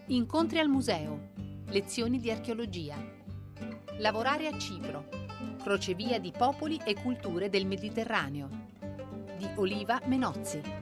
Incontri al museo, lezioni di archeologia. Lavorare a Cipro, crocevia di popoli e culture del Mediterraneo, di Oliva Menozzi.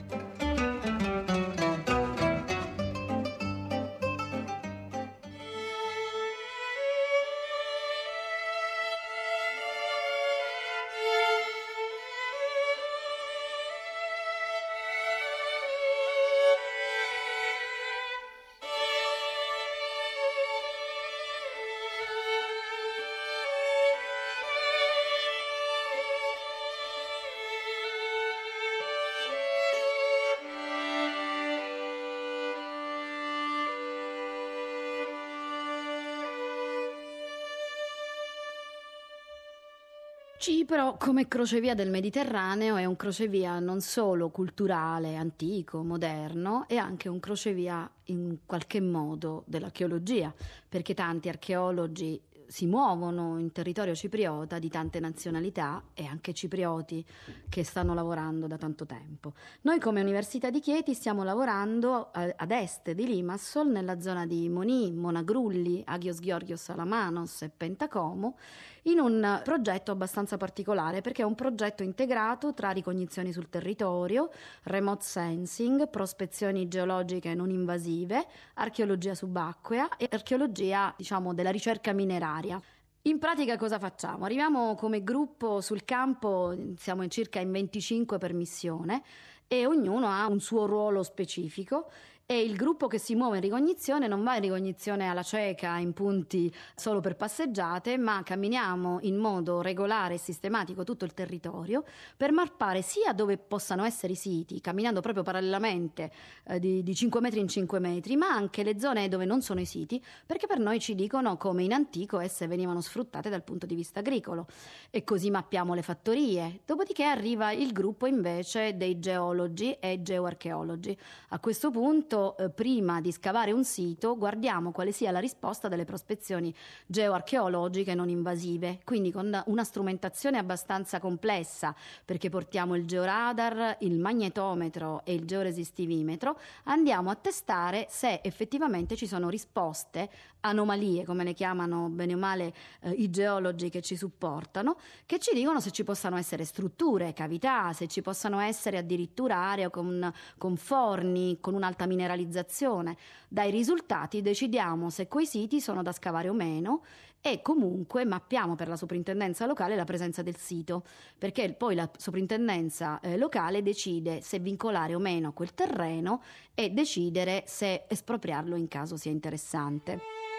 Cipro, come crocevia del Mediterraneo, è un crocevia non solo culturale, antico, moderno, è anche un crocevia in qualche modo dell'archeologia, perché tanti archeologi si muovono in territorio cipriota di tante nazionalità e anche ciprioti che stanno lavorando da tanto tempo. Noi come Università di Chieti stiamo lavorando ad est di Limassol, nella zona di Monì, Monagrulli, Agios Georgios Salamanos e Pentacomo, in un progetto abbastanza particolare, perché è un progetto integrato tra ricognizioni sul territorio, remote sensing, prospezioni geologiche non invasive, archeologia subacquea e archeologia, della ricerca mineraria. In pratica cosa facciamo? Arriviamo come gruppo sul campo, siamo circa in 25 per missione e ognuno ha un suo ruolo specifico. E il gruppo che si muove in ricognizione non va in ricognizione alla cieca in punti solo per passeggiate, ma camminiamo in modo regolare e sistematico tutto il territorio per mappare sia dove possano essere i siti, camminando proprio parallelamente di 5 metri in 5 metri, ma anche le zone dove non sono i siti, perché per noi ci dicono come in antico esse venivano sfruttate dal punto di vista agricolo. E così mappiamo le fattorie. Dopodiché arriva il gruppo invece dei geologi e geoarcheologi. A questo punto, prima di scavare un sito, guardiamo quale sia la risposta delle prospezioni geoarcheologiche non invasive, quindi con una strumentazione abbastanza complessa, perché portiamo il georadar, il magnetometro e il georesistivimetro, andiamo a testare se effettivamente ci sono risposte, anomalie, come le chiamano bene o male i geologi che ci supportano, che ci dicono se ci possano essere strutture, cavità, se ci possano essere addirittura aree con forni, con un'alta mineralizzazione. Dai risultati decidiamo se quei siti sono da scavare o meno e comunque mappiamo per la soprintendenza locale la presenza del sito, perché poi la soprintendenza locale decide se vincolare o meno quel terreno e decidere se espropriarlo in caso sia interessante.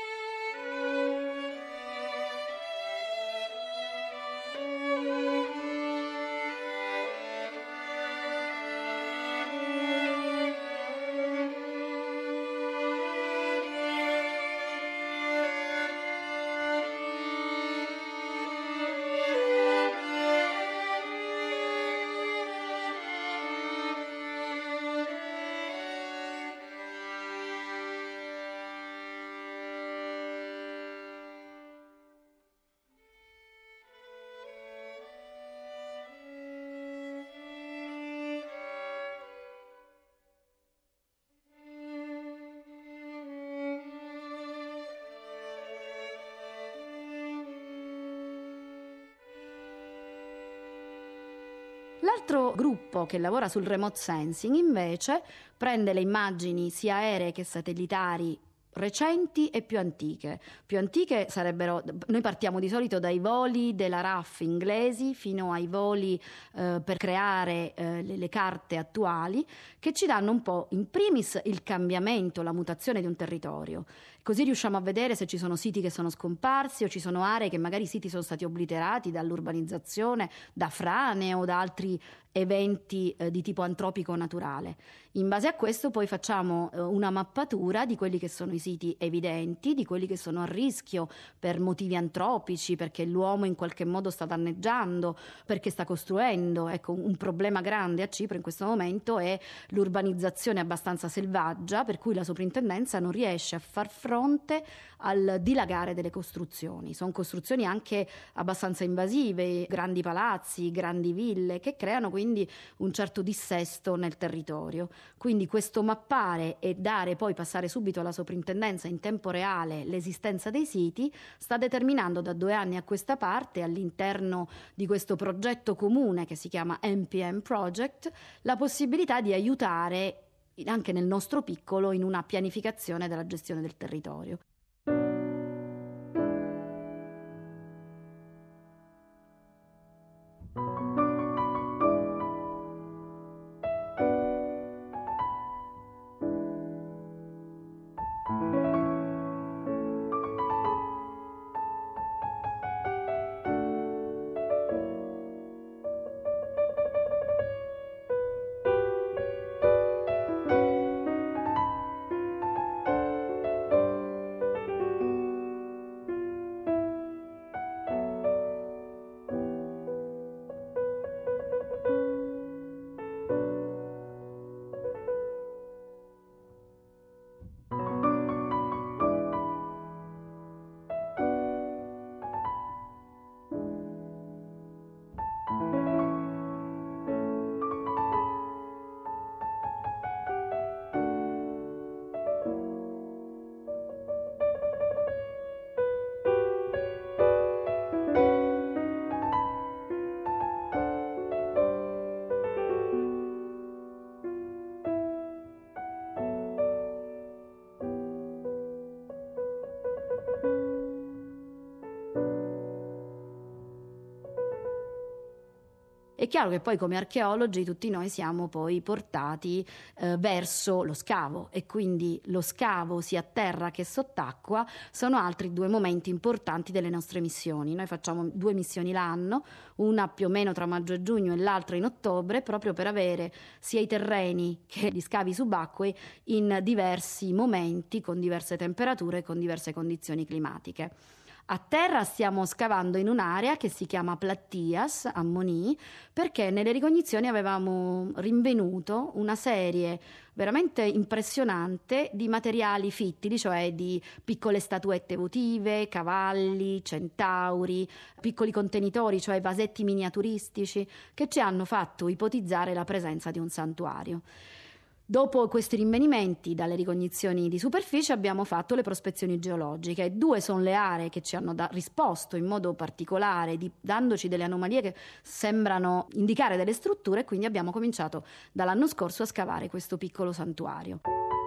L'altro gruppo che lavora sul remote sensing invece prende le immagini sia aeree che satellitari recenti e più antiche. Più antiche sarebbero, noi partiamo di solito dai voli della RAF inglesi fino ai voli per creare le carte attuali, che ci danno un po' in primis il cambiamento, la mutazione di un territorio. Così riusciamo a vedere se ci sono siti che sono scomparsi o ci sono aree che magari i siti sono stati obliterati dall'urbanizzazione, da frane o da altri eventi di tipo antropico naturale. In base a questo poi facciamo una mappatura di quelli che sono i siti evidenti, di quelli che sono a rischio per motivi antropici, perché l'uomo in qualche modo sta danneggiando, perché sta costruendo. Ecco, un problema grande a Cipro in questo momento è l'urbanizzazione abbastanza selvaggia, per cui la soprintendenza non riesce a far fronte al dilagare delle costruzioni. Sono costruzioni anche abbastanza invasive, grandi palazzi, grandi ville, che creano quindi un certo dissesto nel territorio. Quindi questo mappare e passare subito alla soprintendenza sovrintendenza in tempo reale l'esistenza dei siti, sta determinando da 2 anni a questa parte, all'interno di questo progetto comune che si chiama NPM Project, la possibilità di aiutare anche nel nostro piccolo in una pianificazione della gestione del territorio. È chiaro che poi come archeologi tutti noi siamo poi portati verso lo scavo, e quindi lo scavo sia a terra che sott'acqua sono altri 2 momenti importanti delle nostre missioni. Noi facciamo 2 missioni l'anno, una più o meno tra maggio e giugno e l'altra in ottobre, proprio per avere sia i terreni che gli scavi subacquei in diversi momenti, con diverse temperature e con diverse condizioni climatiche. A terra stiamo scavando in un'area che si chiama Plattias, a Monì, perché nelle ricognizioni avevamo rinvenuto una serie veramente impressionante di materiali fittili, cioè di piccole statuette votive, cavalli, centauri, piccoli contenitori, cioè vasetti miniaturistici, che ci hanno fatto ipotizzare la presenza di un santuario. Dopo questi rinvenimenti dalle ricognizioni di superficie abbiamo fatto le prospezioni geologiche. 2 sono le aree che ci hanno risposto in modo particolare, dandoci delle anomalie che sembrano indicare delle strutture, quindi abbiamo cominciato dall'anno scorso a scavare questo piccolo santuario.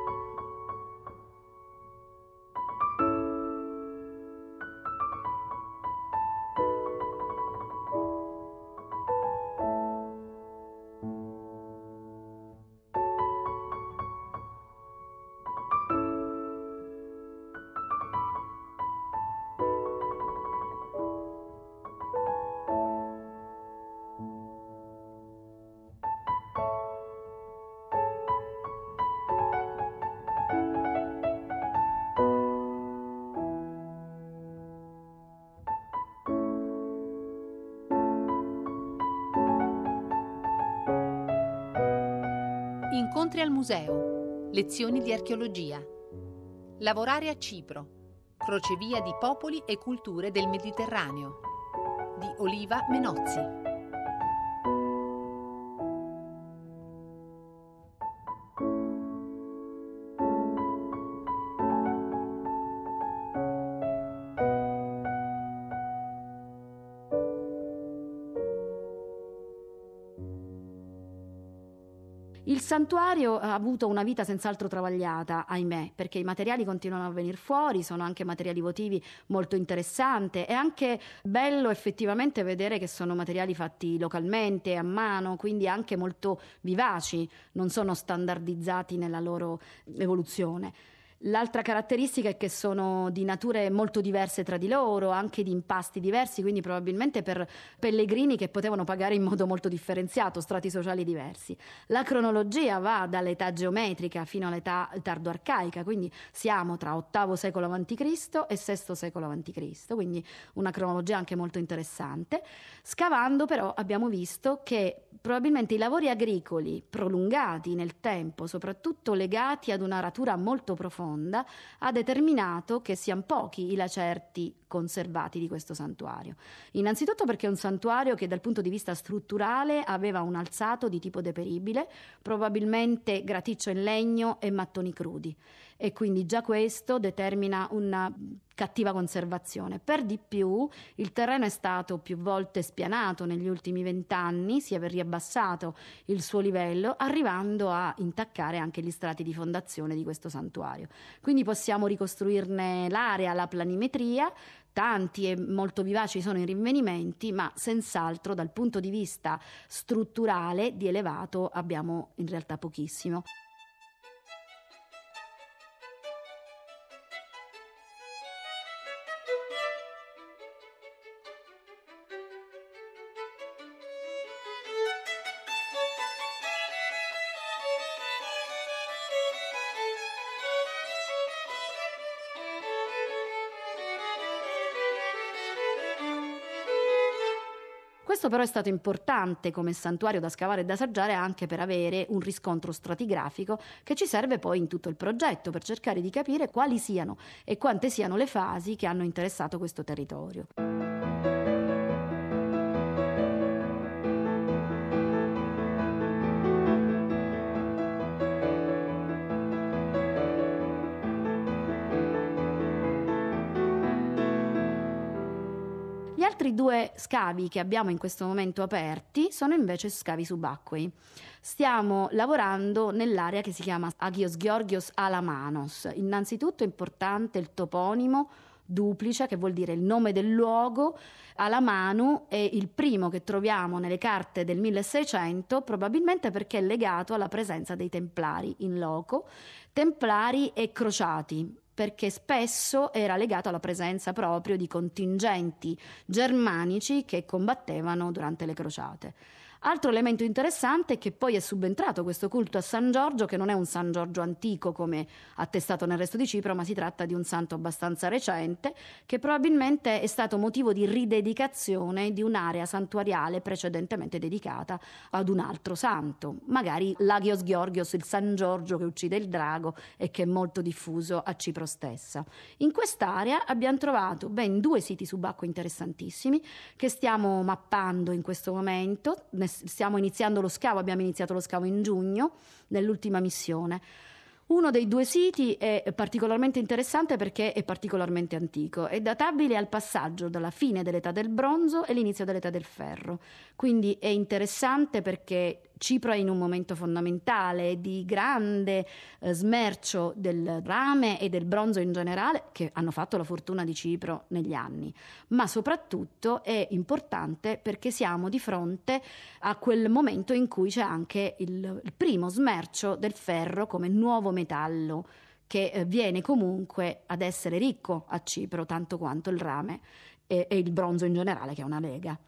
Incontri al museo, lezioni di archeologia. Lavorare a Cipro, crocevia di popoli e culture del Mediterraneo, di Oliva Menozzi. Il santuario ha avuto una vita senz'altro travagliata, ahimè, perché i materiali continuano a venire fuori, sono anche materiali votivi molto interessanti. È anche bello effettivamente vedere che sono materiali fatti localmente, a mano, quindi anche molto vivaci, non sono standardizzati nella loro evoluzione. L'altra caratteristica è che sono di nature molto diverse tra di loro, anche di impasti diversi, quindi probabilmente per pellegrini che potevano pagare in modo molto differenziato, strati sociali diversi. La cronologia va dall'età geometrica fino all'età tardo-arcaica, quindi siamo tra VIII secolo a.C. e VI secolo a.C., quindi una cronologia anche molto interessante. Scavando però abbiamo visto che probabilmente i lavori agricoli prolungati nel tempo, soprattutto legati ad una aratura molto profonda, ha determinato che siano pochi i lacerti conservati di questo santuario. Innanzitutto perché è un santuario che dal punto di vista strutturale aveva un alzato di tipo deperibile, probabilmente graticcio in legno e mattoni crudi. e quindi già questo determina una cattiva conservazione. Per di più il terreno è stato più volte spianato negli ultimi 20 anni, si è riabbassato il suo livello, arrivando a intaccare anche gli strati di fondazione di questo santuario. Quindi possiamo ricostruirne l'area, la planimetria. Tanti e molto vivaci sono i rinvenimenti, ma senz'altro dal punto di vista strutturale di elevato abbiamo in realtà pochissimo. Questo però è stato importante come santuario da scavare e da saggiare anche per avere un riscontro stratigrafico che ci serve poi in tutto il progetto per cercare di capire quali siano e quante siano le fasi che hanno interessato questo territorio. Gli altri 2 scavi che abbiamo in questo momento aperti sono invece scavi subacquei. Stiamo lavorando nell'area che si chiama Agios Georgios Alamanos. Innanzitutto è importante il toponimo duplice, che vuol dire il nome del luogo. Alamanu è il primo che troviamo nelle carte del 1600, probabilmente perché è legato alla presenza dei Templari in loco, Templari e crociati, perché spesso era legato alla presenza proprio di contingenti germanici che combattevano durante le crociate. Altro elemento interessante è che poi è subentrato questo culto a San Giorgio, che non è un San Giorgio antico come attestato nel resto di Cipro, ma si tratta di un santo abbastanza recente, che probabilmente è stato motivo di ridedicazione di un'area santuariale precedentemente dedicata ad un altro santo, magari l'Agios Georgios, il San Giorgio che uccide il drago e che è molto diffuso a Cipro stessa. In quest'area abbiamo trovato ben 2 siti subacquei interessantissimi che stiamo mappando in questo momento. Stiamo iniziando lo scavo, abbiamo iniziato lo scavo in giugno nell'ultima missione. Uno dei 2 siti è particolarmente interessante perché è particolarmente antico, è databile al passaggio dalla fine dell'età del bronzo e l'inizio dell'età del ferro, quindi è interessante perché Cipro è in un momento fondamentale di grande smercio del rame e del bronzo in generale, che hanno fatto la fortuna di Cipro negli anni, ma soprattutto è importante perché siamo di fronte a quel momento in cui c'è anche il primo smercio del ferro come nuovo metallo che viene comunque ad essere ricco a Cipro tanto quanto il rame e il bronzo in generale, che è una lega.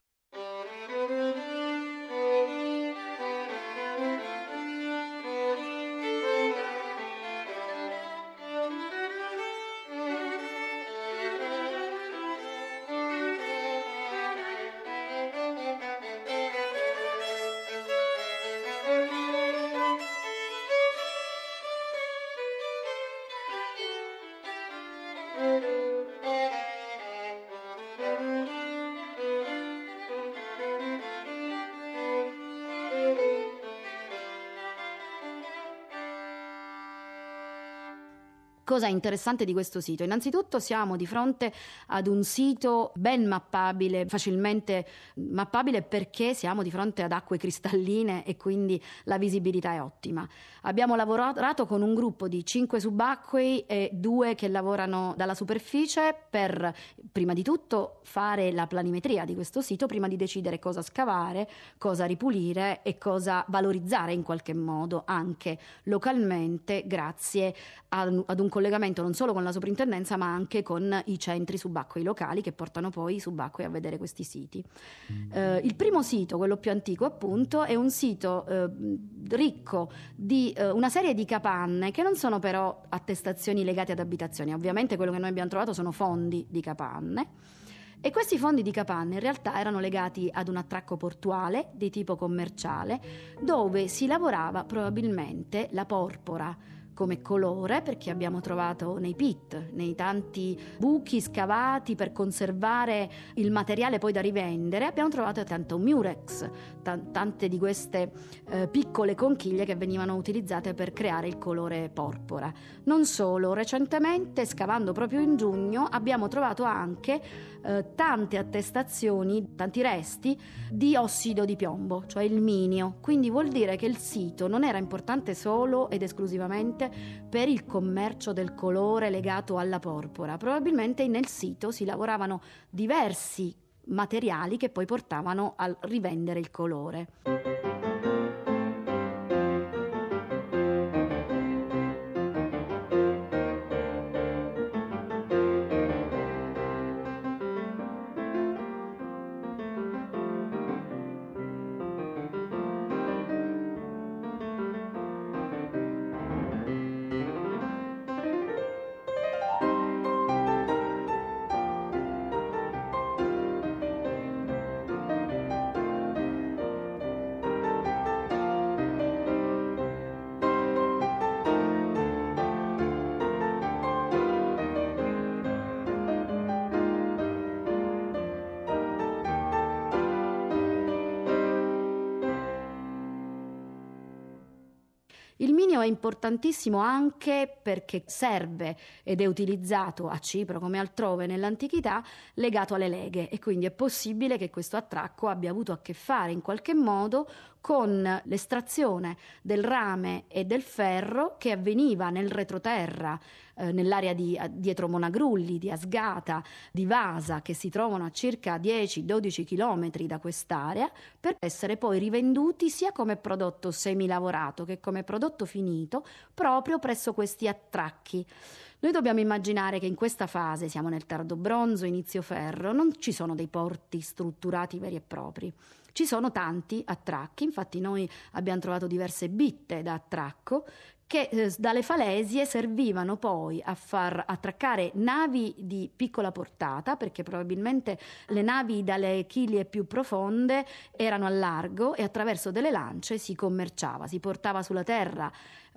Cosa è interessante di questo sito? Innanzitutto siamo di fronte ad un sito ben mappabile, facilmente mappabile perché siamo di fronte ad acque cristalline e quindi la visibilità è ottima. Abbiamo lavorato con un gruppo di 5 subacquei e 2 che lavorano dalla superficie per, prima di tutto, fare la planimetria di questo sito, prima di decidere cosa scavare, cosa ripulire e cosa valorizzare in qualche modo anche localmente grazie ad un collegamento non solo con la soprintendenza ma anche con i centri subacquei locali che portano poi i subacquei a vedere questi siti. Il primo sito, quello più antico appunto, è un sito ricco di una serie di capanne che non sono però attestazioni legate ad abitazioni. Ovviamente quello che noi abbiamo trovato sono fondi di capanne. E questi fondi di capanne in realtà erano legati ad un attracco portuale di tipo commerciale dove si lavorava probabilmente la porpora come colore, perché abbiamo trovato nei pit, nei tanti buchi scavati per conservare il materiale poi da rivendere, abbiamo trovato tanto murex, tante di queste piccole conchiglie che venivano utilizzate per creare il colore porpora. Non solo, recentemente, scavando proprio in giugno, abbiamo trovato anche tante attestazioni, tanti resti di ossido di piombo, cioè il minio. Quindi vuol dire che il sito non era importante solo ed esclusivamente per il commercio del colore legato alla porpora. Probabilmente nel sito si lavoravano diversi materiali che poi portavano a rivendere il colore. Il minio è importantissimo anche perché serve ed è utilizzato a Cipro come altrove nell'antichità legato alle leghe, e quindi è possibile che questo attracco abbia avuto a che fare in qualche modo con l'estrazione del rame e del ferro che avveniva nel retroterra, nell'area dietro Monagrulli, di Asgata, di Vasa, che si trovano a circa 10-12 chilometri da quest'area, per essere poi rivenduti sia come prodotto semilavorato che come prodotto finito proprio presso questi attracchi. Noi dobbiamo immaginare che in questa fase, siamo nel tardo bronzo, inizio ferro, non ci sono dei porti strutturati veri e propri. Ci sono tanti attracchi, infatti noi abbiamo trovato diverse bitte da attracco che dalle falesie servivano poi a far attraccare navi di piccola portata, perché probabilmente le navi dalle chiglie più profonde erano a largo e attraverso delle lance si commerciava, si portava sulla terra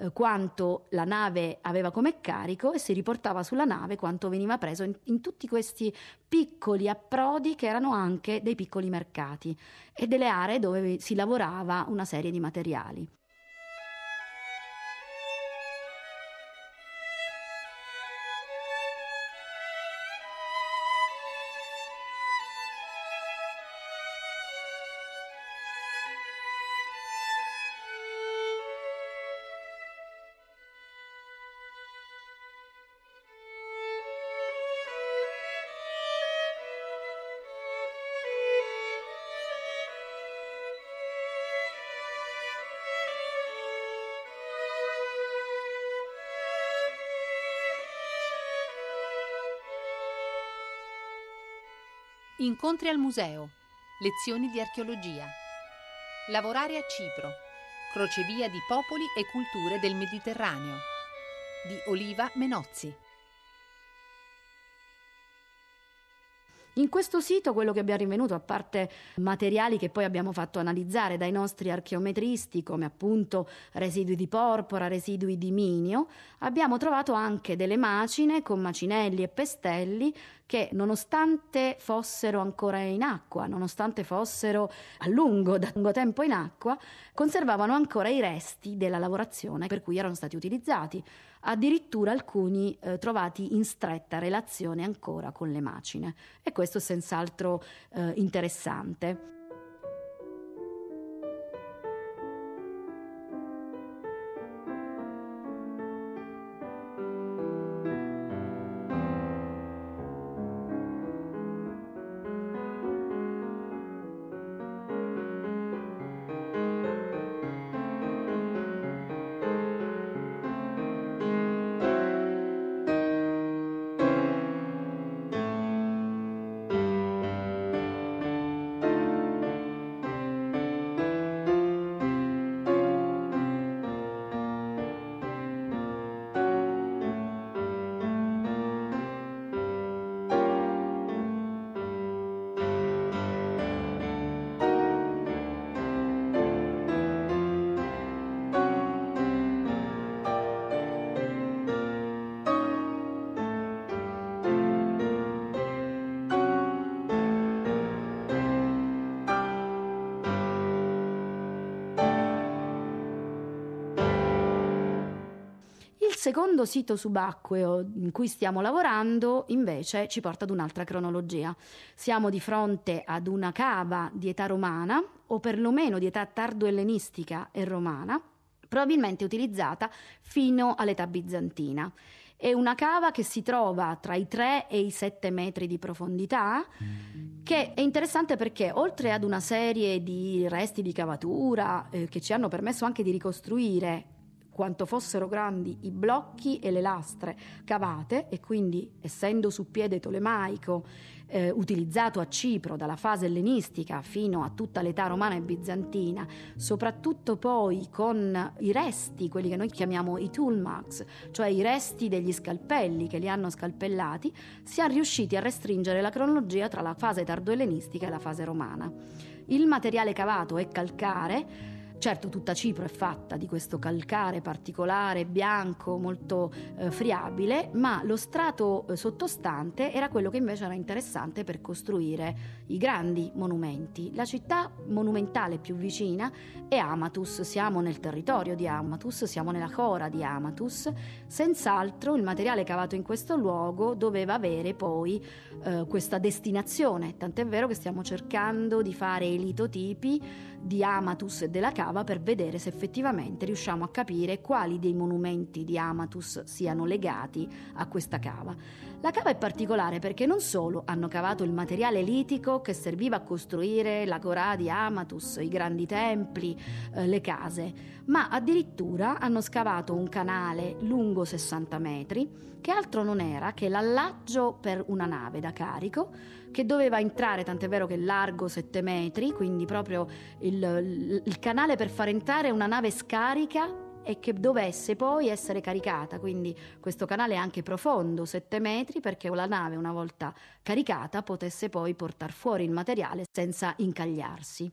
quanto la nave aveva come carico e si riportava sulla nave quanto veniva preso in tutti questi piccoli approdi che erano anche dei piccoli mercati e delle aree dove si lavorava una serie di materiali. Incontri al museo, lezioni di archeologia. Lavorare a Cipro, crocevia di popoli e culture del Mediterraneo, di Oliva Menozzi. In questo sito quello che abbiamo rinvenuto, a parte materiali che poi abbiamo fatto analizzare dai nostri archeometristi, come appunto residui di porpora, residui di minio, abbiamo trovato anche delle macine con macinelli e pestelli che, nonostante fossero ancora in acqua, nonostante fossero da lungo tempo in acqua, conservavano ancora i resti della lavorazione per cui erano stati utilizzati, addirittura alcuni trovati in stretta relazione ancora con le macine, e questo è senz'altro interessante. secondo sito subacqueo in cui stiamo lavorando invece ci porta ad un'altra cronologia. Siamo di fronte ad una cava di età romana, o perlomeno di età tardo-ellenistica e romana, probabilmente utilizzata fino all'età bizantina. È una cava che si trova tra i 3 e i 7 metri di profondità, che è interessante perché oltre ad una serie di resti di cavatura che ci hanno permesso anche di ricostruire quanto fossero grandi i blocchi e le lastre cavate, e quindi, essendo su piede tolemaico utilizzato a Cipro dalla fase ellenistica fino a tutta l'età romana e bizantina, soprattutto poi con i resti, quelli che noi chiamiamo i tool marks, cioè i resti degli scalpelli che li hanno scalpellati, siamo riusciti a restringere la cronologia tra la fase tardo-ellenistica e la fase romana. Il materiale cavato è calcare. Certo, tutta Cipro è fatta di questo calcare particolare, bianco, molto friabile, ma lo strato sottostante era quello che invece era interessante per costruire i grandi monumenti. La città monumentale più vicina è Amathus, siamo nel territorio di Amathus, siamo nella Chora di Amathus. Senz'altro il materiale cavato in questo luogo doveva avere poi questa destinazione, tant'è vero che stiamo cercando di fare i litotipi di Amathus e della cava per vedere se effettivamente riusciamo a capire quali dei monumenti di Amathus siano legati a questa cava. La cava è particolare perché non solo hanno cavato il materiale litico che serviva a costruire l'agorà di Amathus, i grandi templi, le case, ma addirittura hanno scavato un canale lungo 60 metri che altro non era che l'allaggio per una nave da carico che doveva entrare, tant'è vero che è largo 7 metri, quindi proprio il canale per far entrare una nave scarica e che dovesse poi essere caricata, quindi questo canale è anche profondo 7 metri perché la nave, una volta caricata, potesse poi portare fuori il materiale senza incagliarsi.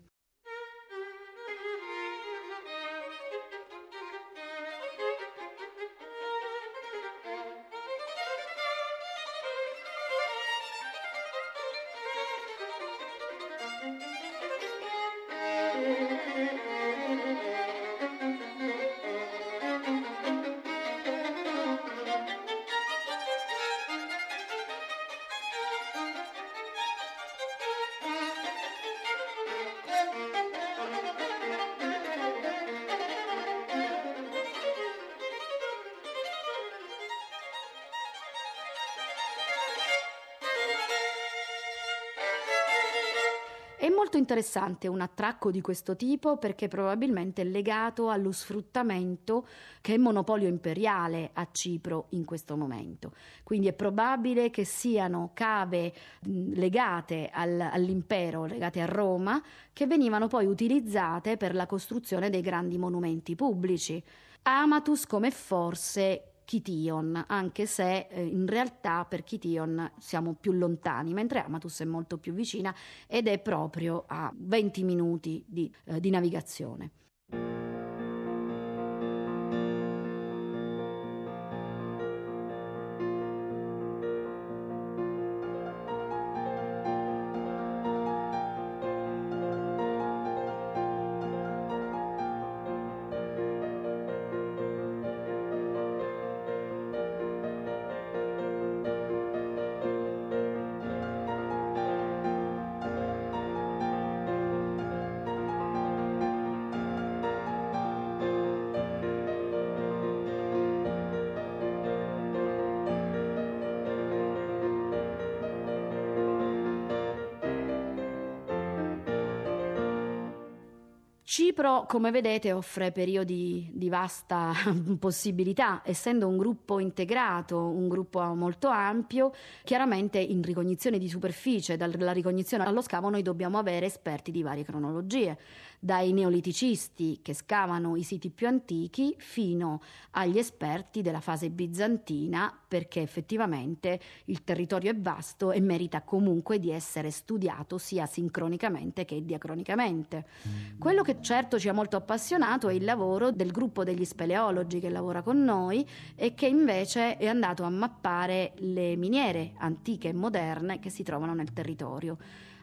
È molto interessante un attracco di questo tipo perché probabilmente è legato allo sfruttamento che è monopolio imperiale a Cipro in questo momento. Quindi è probabile che siano cave legate all'impero, legate a Roma, che venivano poi utilizzate per la costruzione dei grandi monumenti pubblici. Amathus come forse Kition, anche se in realtà per Kition siamo più lontani, mentre Amathus è molto più vicina ed è proprio a 20 minuti di navigazione. Cipro, come vedete, offre periodi di vasta possibilità, essendo un gruppo integrato, un gruppo molto ampio. Chiaramente in ricognizione di superficie, dalla ricognizione allo scavo noi dobbiamo avere esperti di varie cronologie, dai neoliticisti che scavano i siti più antichi fino agli esperti della fase bizantina, perché effettivamente il territorio è vasto e merita comunque di essere studiato sia sincronicamente che diacronicamente. Quello che certo ci ha molto appassionato è il lavoro del gruppo degli speleologi che lavora con noi e che invece è andato a mappare le miniere antiche e moderne che si trovano nel territorio.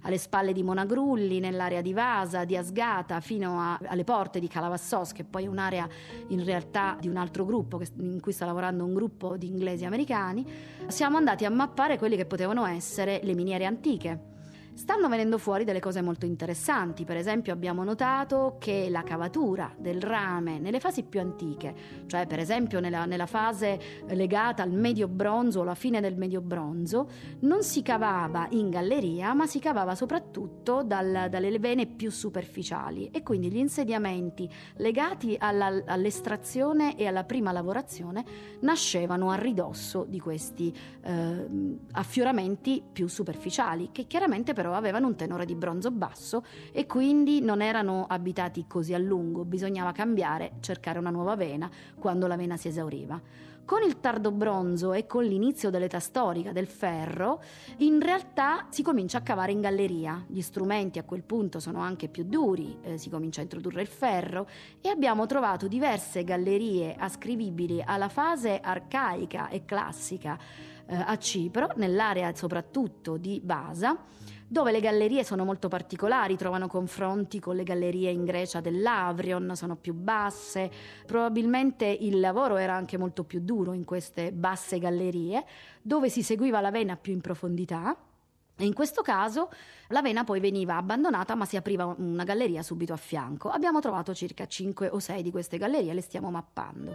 alle spalle di Monagrulli, nell'area di Vasa, di Asgata, fino alle porte di Calavassos, che poi è un'area in realtà di un altro gruppo in cui sta lavorando un gruppo di inglesi americani. Siamo andati a mappare quelli che potevano essere le miniere antiche. Stanno venendo fuori delle cose molto interessanti. Per esempio abbiamo notato che la cavatura del rame nelle fasi più antiche, cioè per esempio nella fase legata al medio bronzo o alla fine del medio bronzo, non si cavava in galleria, ma si cavava soprattutto dalle vene più superficiali, e quindi gli insediamenti legati all'estrazione e alla prima lavorazione nascevano a ridosso di questi affioramenti più superficiali, che chiaramente però avevano un tenore di bronzo basso e quindi non erano abitati così a lungo. Bisognava cambiare, cercare una nuova vena quando la vena si esauriva. Con il tardo bronzo e con l'inizio dell'età storica del ferro, in realtà si comincia a cavare in galleria. Gli strumenti a quel punto sono anche più duri, si comincia a introdurre il ferro, e abbiamo trovato diverse gallerie ascrivibili alla fase arcaica e classica a Cipro, nell'area soprattutto di Basa, dove le gallerie sono molto particolari, trovano confronti con le gallerie in Grecia dell'Avrion, sono più basse. Probabilmente il lavoro era anche molto più duro in queste basse gallerie, dove si seguiva la vena più in profondità, e in questo caso la vena poi veniva abbandonata, ma si apriva una galleria subito a fianco. Abbiamo trovato circa 5 o 6 di queste gallerie, le stiamo mappando.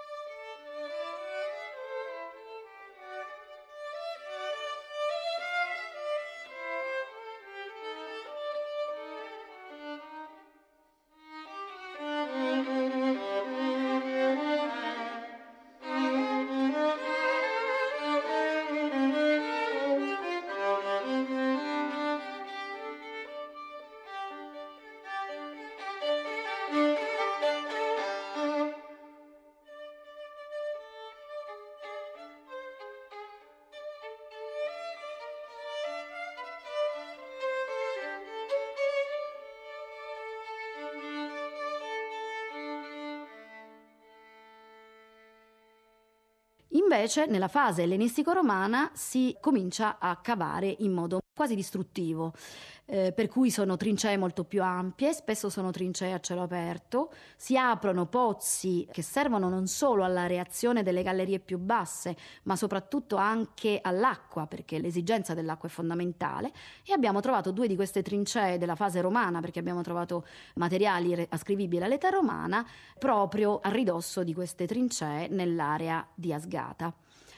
Invece, nella fase ellenistico-romana si comincia a cavare in modo quasi distruttivo, per cui sono trincee molto più ampie, spesso sono trincee a cielo aperto, si aprono pozzi che servono non solo alla reazione delle gallerie più basse, ma soprattutto anche all'acqua, perché l'esigenza dell'acqua è fondamentale, e abbiamo trovato 2 di queste trincee della fase romana, perché abbiamo trovato materiali ascrivibili all'età romana, proprio a ridosso di queste trincee nell'area di Asgata.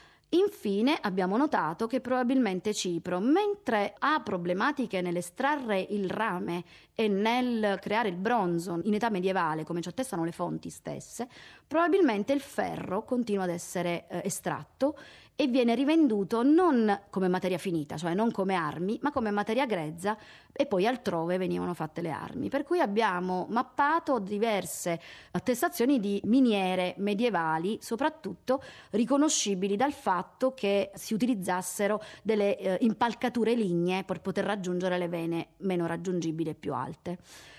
Infine abbiamo notato che probabilmente Cipro, mentre ha problematiche nell'estrarre il rame e nel creare il bronzo in età medievale, come ci attestano le fonti stesse, probabilmente il ferro continua ad essere estratto e viene rivenduto non come materia finita, cioè non come armi, ma come materia grezza, e poi altrove venivano fatte le armi. Per cui abbiamo mappato diverse attestazioni di miniere medievali, soprattutto riconoscibili dal fatto che si utilizzassero delle impalcature lignee per poter raggiungere le vene meno raggiungibili e più alte.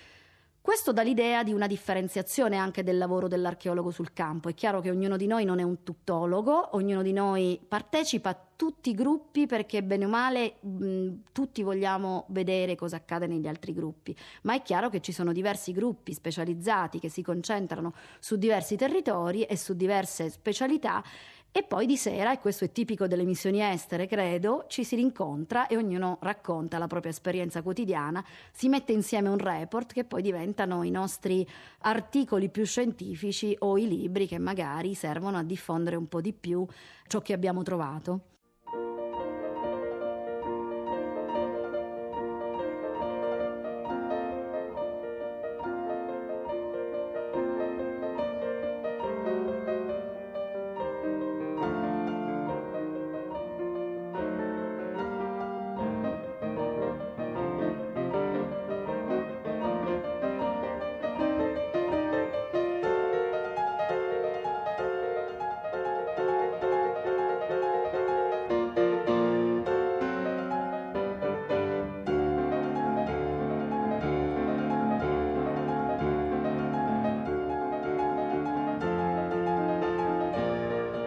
Questo dà l'idea di una differenziazione anche del lavoro dell'archeologo sul campo. È chiaro che ognuno di noi non è un tuttologo, ognuno di noi partecipa a tutti i gruppi perché bene o male tutti vogliamo vedere cosa accade negli altri gruppi, ma è chiaro che ci sono diversi gruppi specializzati che si concentrano su diversi territori e su diverse specialità. E poi di sera, e questo è tipico delle missioni estere, credo, ci si rincontra e ognuno racconta la propria esperienza quotidiana, si mette insieme un report che poi diventano i nostri articoli più scientifici o i libri che magari servono a diffondere un po' di più ciò che abbiamo trovato.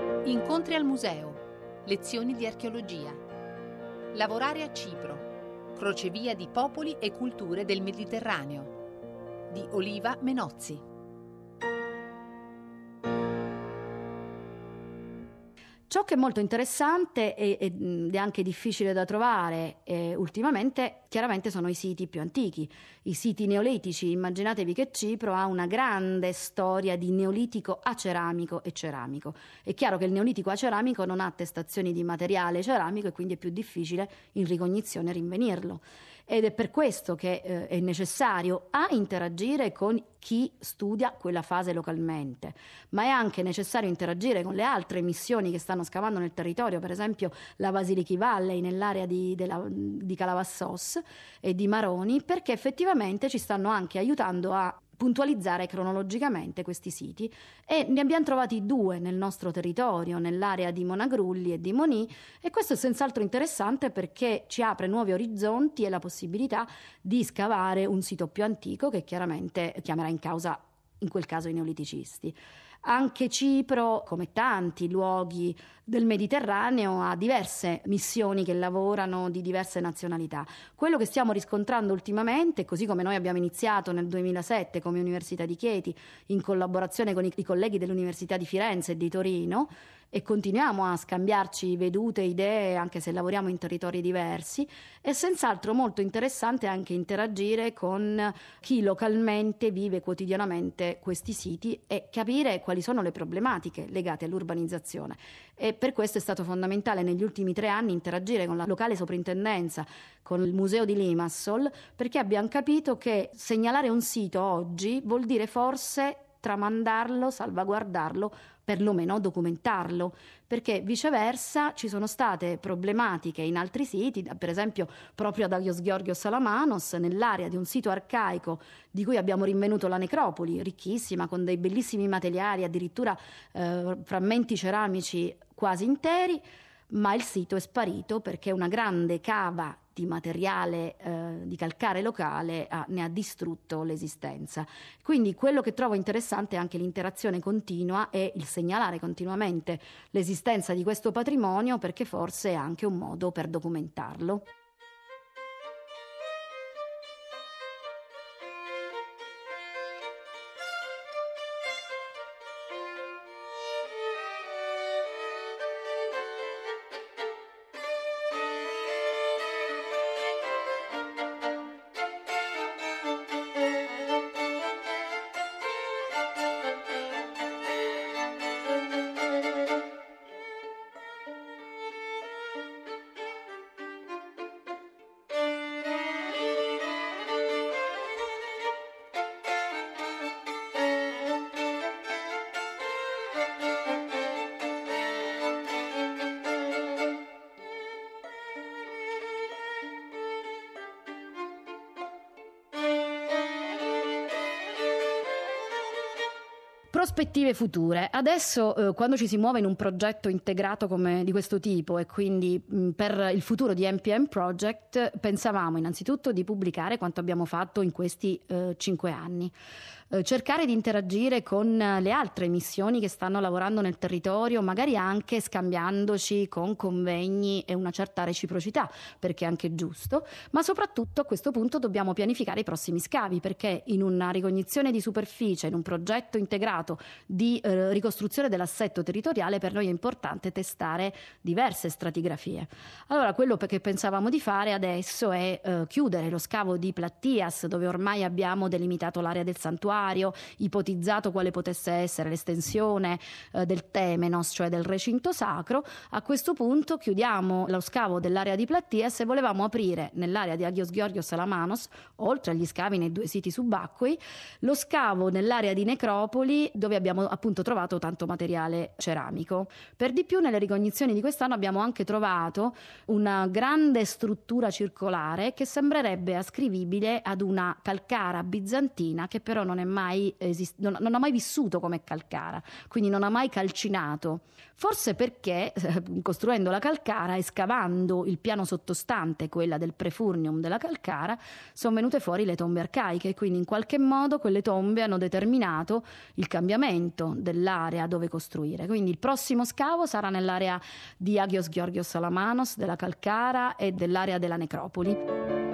Incontri al museo, lezioni di archeologia, lavorare a Cipro, crocevia di popoli e culture del Mediterraneo, di Oliva Menozzi. Ciò che è molto interessante ed è anche difficile da trovare ultimamente, chiaramente sono i siti più antichi, i siti neolitici. Immaginatevi che Cipro ha una grande storia di neolitico aceramico e ceramico. È chiaro che il neolitico aceramico non ha attestazioni di materiale ceramico e quindi è più difficile in ricognizione rinvenirlo. Ed è per questo che è necessario interagire con chi studia quella fase localmente, ma è anche necessario interagire con le altre missioni che stanno scavando nel territorio, per esempio la Vasiliki Valley nell'area di Calavassos e di Maroni, perché effettivamente ci stanno anche aiutando a puntualizzare cronologicamente questi siti, e ne abbiamo trovati 2 nel nostro territorio, nell'area di Monagrulli e di Monì, e questo è senz'altro interessante perché ci apre nuovi orizzonti e la possibilità di scavare un sito più antico che chiaramente chiamerà in causa in quel caso i neoliticisti. Anche Cipro, come tanti luoghi del Mediterraneo, ha diverse missioni che lavorano di diverse nazionalità. Quello che stiamo riscontrando ultimamente, così come noi abbiamo iniziato nel 2007 come Università di Chieti, in collaborazione con i colleghi dell'Università di Firenze e di Torino, e continuiamo a scambiarci vedute, idee, anche se lavoriamo in territori diversi, è senz'altro molto interessante anche interagire con chi localmente vive quotidianamente questi siti e capire quali sono le problematiche legate all'urbanizzazione. E per questo è stato fondamentale negli ultimi 3 anni interagire con la locale soprintendenza, con il museo di Limassol, perché abbiamo capito che segnalare un sito oggi vuol dire forse tramandarlo, salvaguardarlo, perlomeno documentarlo, perché viceversa ci sono state problematiche in altri siti, per esempio proprio ad Agios Georgios Salamanos, nell'area di un sito arcaico di cui abbiamo rinvenuto la necropoli, ricchissima, con dei bellissimi materiali, addirittura frammenti ceramici quasi interi, ma il sito è sparito perché una grande cava di materiale di calcare locale ne ha distrutto l'esistenza. Quindi quello che trovo interessante è anche l'interazione continua e il segnalare continuamente l'esistenza di questo patrimonio, perché forse è anche un modo per documentarlo. Prospettive future. Adesso quando ci si muove in un progetto integrato come di questo tipo e quindi per il futuro di NPM Project pensavamo innanzitutto di pubblicare quanto abbiamo fatto in questi 5 anni. Cercare di interagire con le altre missioni che stanno lavorando nel territorio, magari anche scambiandoci con convegni e una certa reciprocità, perché è anche giusto, ma soprattutto a questo punto dobbiamo pianificare i prossimi scavi, perché in una ricognizione di superficie, in un progetto integrato di ricostruzione dell'assetto territoriale, per noi è importante testare diverse stratigrafie. Allora quello che pensavamo di fare adesso è chiudere lo scavo di Plattias, dove ormai abbiamo delimitato l'area del santuario, ipotizzato quale potesse essere l'estensione del Temenos, cioè del recinto sacro. A questo punto chiudiamo lo scavo dell'area di Plattias e volevamo aprire nell'area di Agios Georgios Salamanos, oltre agli scavi nei 2 siti subacquei, lo scavo nell'area di Necropoli, dove abbiamo appunto trovato tanto materiale ceramico. Per di più, nelle ricognizioni di quest'anno abbiamo anche trovato una grande struttura circolare che sembrerebbe ascrivibile ad una calcara bizantina, che però non ha mai vissuto come calcara, quindi non ha mai calcinato. Forse perché costruendo la calcara e scavando il piano sottostante, quella del prefurnium della calcara, sono venute fuori le tombe arcaiche, e quindi in qualche modo quelle tombe hanno determinato il cambiamento dell'area dove costruire. Quindi il prossimo scavo sarà nell'area di Agios Georgios Salamanos, della calcara e dell'area della necropoli.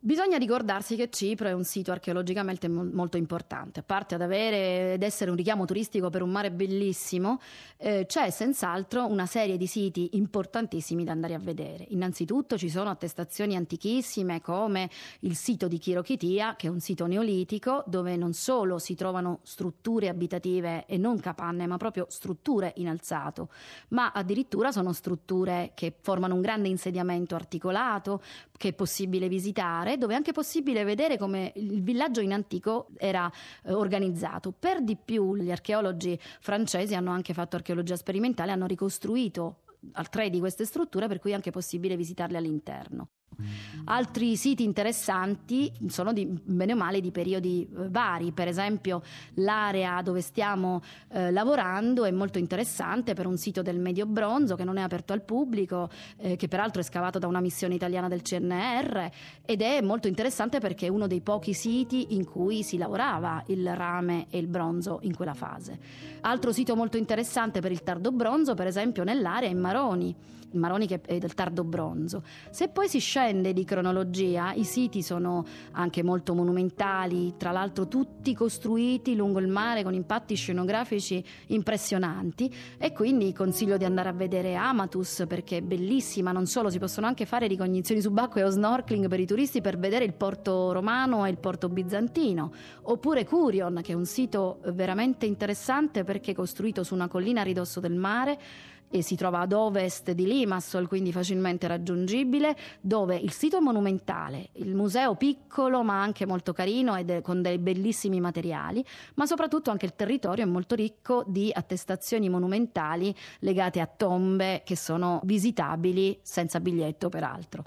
Bisogna ricordarsi che Cipro è un sito archeologicamente molto importante, a parte ed essere un richiamo turistico per un mare bellissimo, c'è senz'altro una serie di siti importantissimi da andare a vedere. Innanzitutto ci sono attestazioni antichissime come il sito di Chirochitia, che è un sito neolitico dove non solo si trovano strutture abitative e non capanne, ma proprio strutture in alzato, ma addirittura sono strutture che formano un grande insediamento articolato che è possibile visitare, dove è anche possibile vedere come il villaggio in antico era organizzato. Per di più gli archeologi francesi hanno anche fatto archeologia sperimentale, hanno ricostruito 3 di queste strutture, per cui è anche possibile visitarle all'interno. Altri siti interessanti sono bene o male di periodi vari. Per esempio l'area dove stiamo lavorando è molto interessante per un sito del Medio Bronzo che non è aperto al pubblico, che peraltro è scavato da una missione italiana del CNR, ed è molto interessante perché è uno dei pochi siti in cui si lavorava il rame e il bronzo in quella fase. Altro sito molto interessante per il tardo bronzo, per esempio nell'area, è Maroni che è del tardo bronzo. Se poi si scende di cronologia, i siti sono anche molto monumentali, tra l'altro tutti costruiti lungo il mare con impatti scenografici impressionanti, e quindi consiglio di andare a vedere Amatus perché è bellissima. Non solo, si possono anche fare ricognizioni subacquee o snorkeling per i turisti per vedere il porto romano e il porto bizantino, oppure Curion, che è un sito veramente interessante perché è costruito su una collina a ridosso del mare e si trova ad ovest di Limassol, quindi facilmente raggiungibile, dove il sito è monumentale, il museo piccolo ma anche molto carino ed con dei bellissimi materiali, ma soprattutto anche il territorio è molto ricco di attestazioni monumentali legate a tombe che sono visitabili senza biglietto peraltro.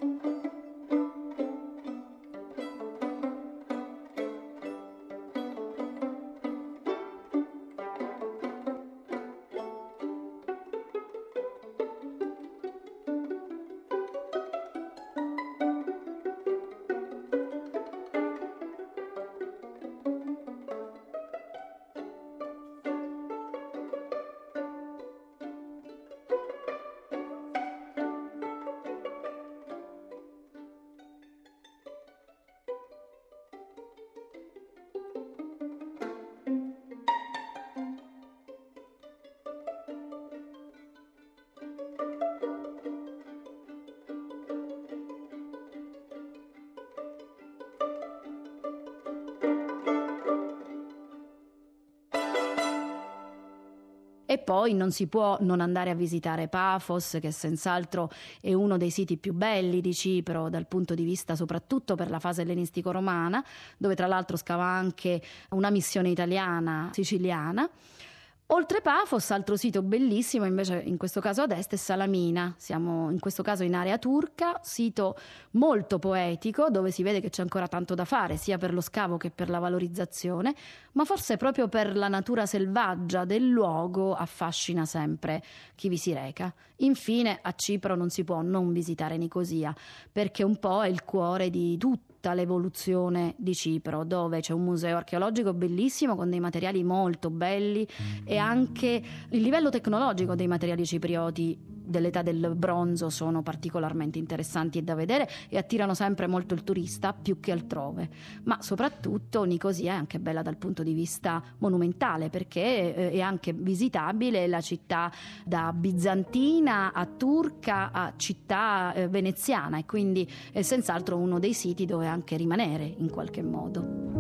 E poi non si può non andare a visitare Paphos, che senz'altro è uno dei siti più belli di Cipro dal punto di vista soprattutto per la fase ellenistico-romana, dove tra l'altro scava anche una missione italiana siciliana. Oltre Paphos, altro sito bellissimo invece in questo caso ad est è Salamina. Siamo in questo caso in area turca, sito molto poetico dove si vede che c'è ancora tanto da fare sia per lo scavo che per la valorizzazione, ma forse proprio per la natura selvaggia del luogo affascina sempre chi vi si reca. Infine a Cipro non si può non visitare Nicosia, perché un po' è il cuore di tutta l'evoluzione di Cipro, dove c'è un museo archeologico bellissimo con dei materiali molto belli e anche il livello tecnologico dei materiali ciprioti dell'età del bronzo sono particolarmente interessanti e da vedere e attirano sempre molto il turista più che altrove. Ma soprattutto Nicosia è anche bella dal punto di vista monumentale, perché è anche visitabile la città da bizantina a turca a città veneziana, e quindi è senz'altro uno dei siti dove anche rimanere in qualche modo.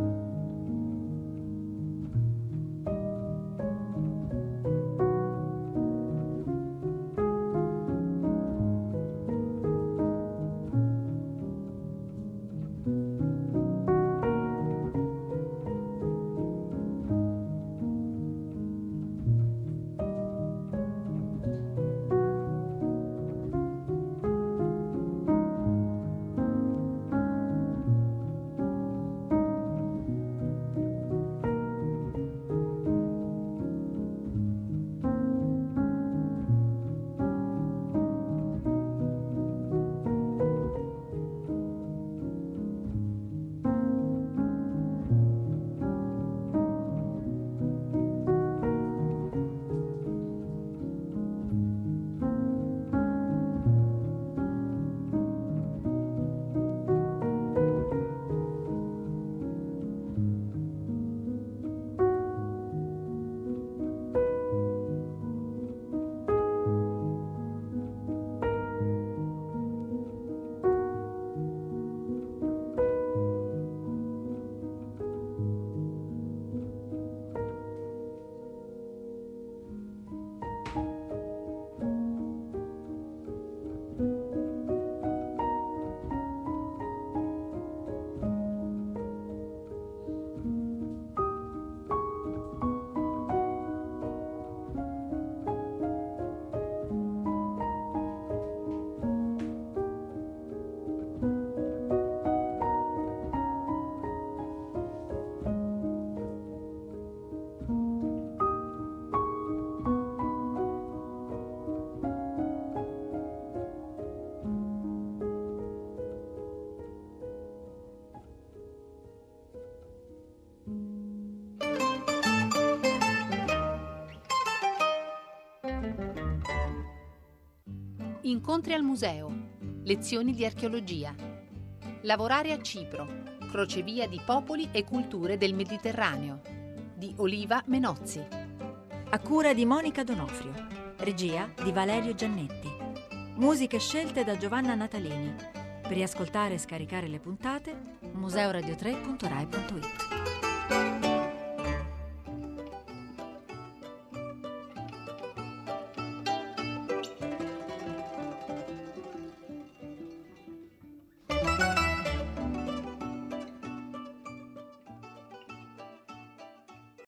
Incontri al museo. Lezioni di archeologia. Lavorare a Cipro. Crocevia di popoli e culture del Mediterraneo. Di Oliva Menozzi. A cura di Monica Donofrio. Regia di Valerio Giannetti. Musiche scelte da Giovanna Natalini. Per riascoltare e scaricare le puntate, museoradio3.rai.it.